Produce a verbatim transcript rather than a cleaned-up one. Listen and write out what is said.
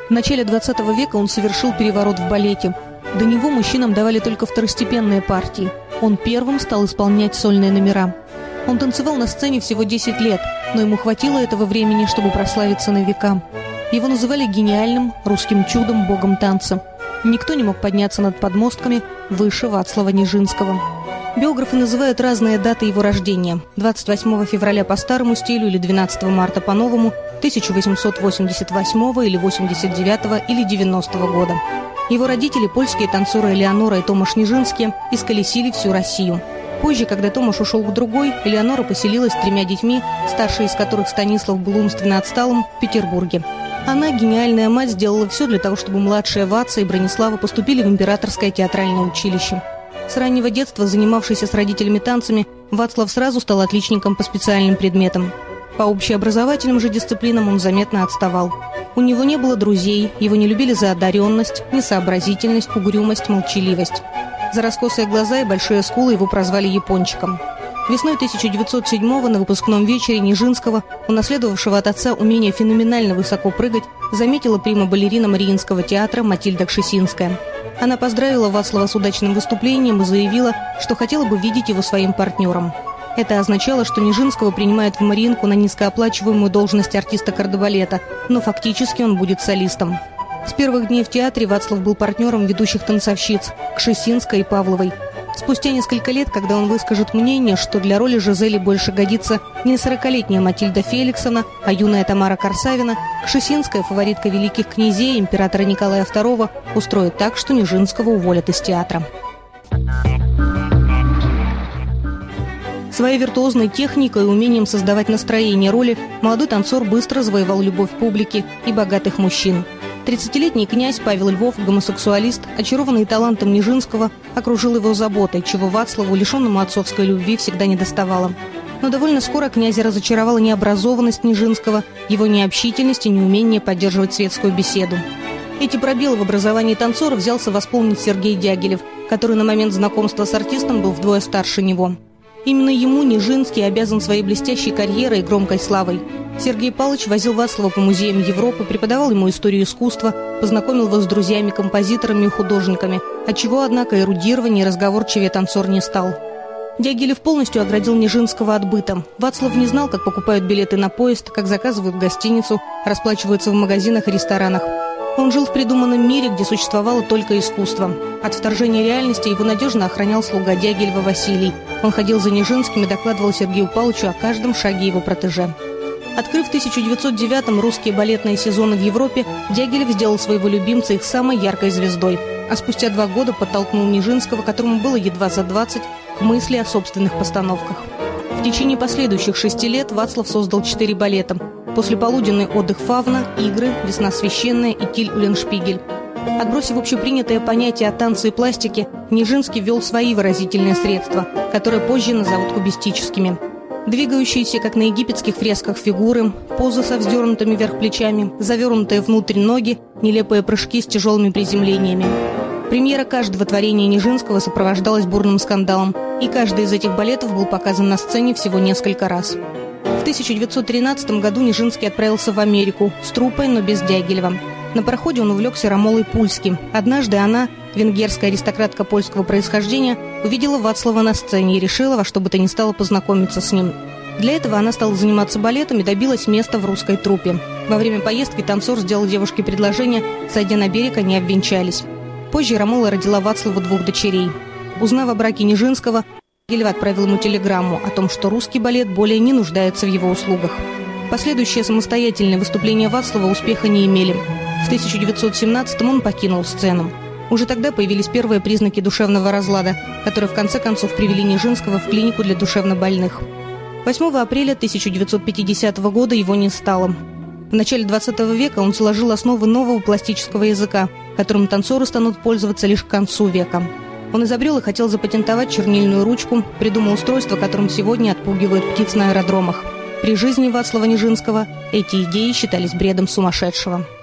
В начале двадцатого века он совершил переворот в балете. До него мужчинам давали только второстепенные партии. Он первым стал исполнять сольные номера. Он танцевал на сцене всего десять лет, но ему хватило этого времени, чтобы прославиться на века. Его называли гениальным, русским чудом, богом танца. Никто не мог подняться над подмостками выше Вацлава Нижинского. Биографы называют разные даты его рождения – двадцать восьмого февраля по старому стилю или двенадцатого марта по новому, тысяча восемьсот восемьдесят восьмого или восемьдесят девятого или девяностого года. Его родители, польские танцоры Элеонора и Томаш Нижинские, исколесили всю Россию. Позже, когда Томаш ушел к другой, Элеонора поселилась с тремя детьми, старший из которых Станислав был умственно отсталым, в Петербурге. Она, гениальная мать, сделала все для того, чтобы младшие Ваца и Бронислава поступили в Императорское театральное училище. С раннего детства, занимавшийся с родителями танцами, Вацлав сразу стал отличником по специальным предметам. По общеобразовательным же дисциплинам он заметно отставал. У него не было друзей, его не любили за одаренность, несообразительность, угрюмость, молчаливость. За раскосые глаза и большие скулы его прозвали «япончиком». Весной тысяча девятьсот седьмого на выпускном вечере Нижинского, унаследовавшего от отца умение феноменально высоко прыгать, заметила прима-балерина Мариинского театра Матильда Кшесинская. Она поздравила Вацлава с удачным выступлением и заявила, что хотела бы видеть его своим партнером. Это означало, что Нижинского принимают в Мариинку на низкооплачиваемую должность артиста кардебалета, но фактически он будет солистом. С первых дней в театре Вацлав был партнером ведущих танцовщиц Кшесинской и Павловой. Спустя несколько лет, когда он выскажет мнение, что для роли Жизели больше годится не сорокалетняя Матильда Феликсовна, а юная Тамара Корсавина, Кшесинская, фаворитка великих князей, императора Николая второго, устроит так, что Нижинского уволят из театра. Своей виртуозной техникой и умением создавать настроение роли молодой танцор быстро завоевал любовь публики и богатых мужчин. тридцатилетний князь Павел Львов, гомосексуалист, очарованный талантом Нижинского, окружил его заботой, чего Вацлаву, лишенному отцовской любви, всегда недоставало. Но довольно скоро князя разочаровала необразованность Нижинского, его необщительность и неумение поддерживать светскую беседу. Эти пробелы в образовании танцора взялся восполнить Сергей Дягилев, который на момент знакомства с артистом был вдвое старше него. Именно ему Нижинский обязан своей блестящей карьерой и громкой славой. Сергей Павлович возил Вацлава по музеям Европы, преподавал ему историю искусства, познакомил его с друзьями-композиторами и художниками, отчего, однако, эрудирование и разговорчивее танцор не стал. Дягилев полностью оградил Нижинского от быта. Вацлав не знал, как покупают билеты на поезд, как заказывают гостиницу, расплачиваются в магазинах и ресторанах. Он жил в придуманном мире, где существовало только искусство. От вторжения реальности его надежно охранял слуга Дягилева Василий. Он ходил за Нижинским и докладывал Сергею Павловичу о каждом шаге его протеже. Открыв в тысяча девятьсот девятом русские балетные сезоны в Европе, Дягилев сделал своего любимца их самой яркой звездой. А спустя два года подтолкнул Нижинского, которому было едва за двадцать, к мысли о собственных постановках. В течение последующих шести лет Вацлав создал четыре балета. Послеполуденный отдых Фавна, Игры, Весна священная и Тиль Уленшпигель. Отбросив общепринятое понятие о танце и пластике, Нижинский ввел свои выразительные средства, которые позже назовут кубистическими. Двигающиеся, как на египетских фресках, фигуры, позы со вздернутыми вверх плечами, завернутые внутрь ноги, нелепые прыжки с тяжелыми приземлениями. Премьера каждого творения Нижинского сопровождалась бурным скандалом, и каждый из этих балетов был показан на сцене всего несколько раз. В тысяча девятьсот тринадцатом году Нижинский отправился в Америку с труппой, но без Дягилева. На пароходе он увлекся Ромолой Пульским. Однажды она, венгерская аристократка польского происхождения, увидела Вацлава на сцене и решила во что бы то ни стало познакомиться с ним. Для этого она стала заниматься балетом и добилась места в русской труппе. Во время поездки танцор сделал девушке предложение, сойдя на берег, они обвенчались. Позже Ромола родила Вацлаву двух дочерей. Узнав о браке Нижинского, Дягилев отправил ему телеграмму о том, что русский балет более не нуждается в его услугах. Последующие самостоятельные выступления Вацлава успеха не имели. В тысяча девятьсот семнадцатом он покинул сцену. Уже тогда появились первые признаки душевного разлада, которые в конце концов привели Нижинского в клинику для душевнобольных. восьмого апреля тысяча девятьсот пятидесятого года его не стало. В начале двадцатого века он заложил основы нового пластического языка, которым танцоры станут пользоваться лишь к концу века. Он изобрел и хотел запатентовать чернильную ручку, придумал устройство, которым сегодня отпугивают птиц на аэродромах. При жизни Вацлава Нижинского эти идеи считались бредом сумасшедшего.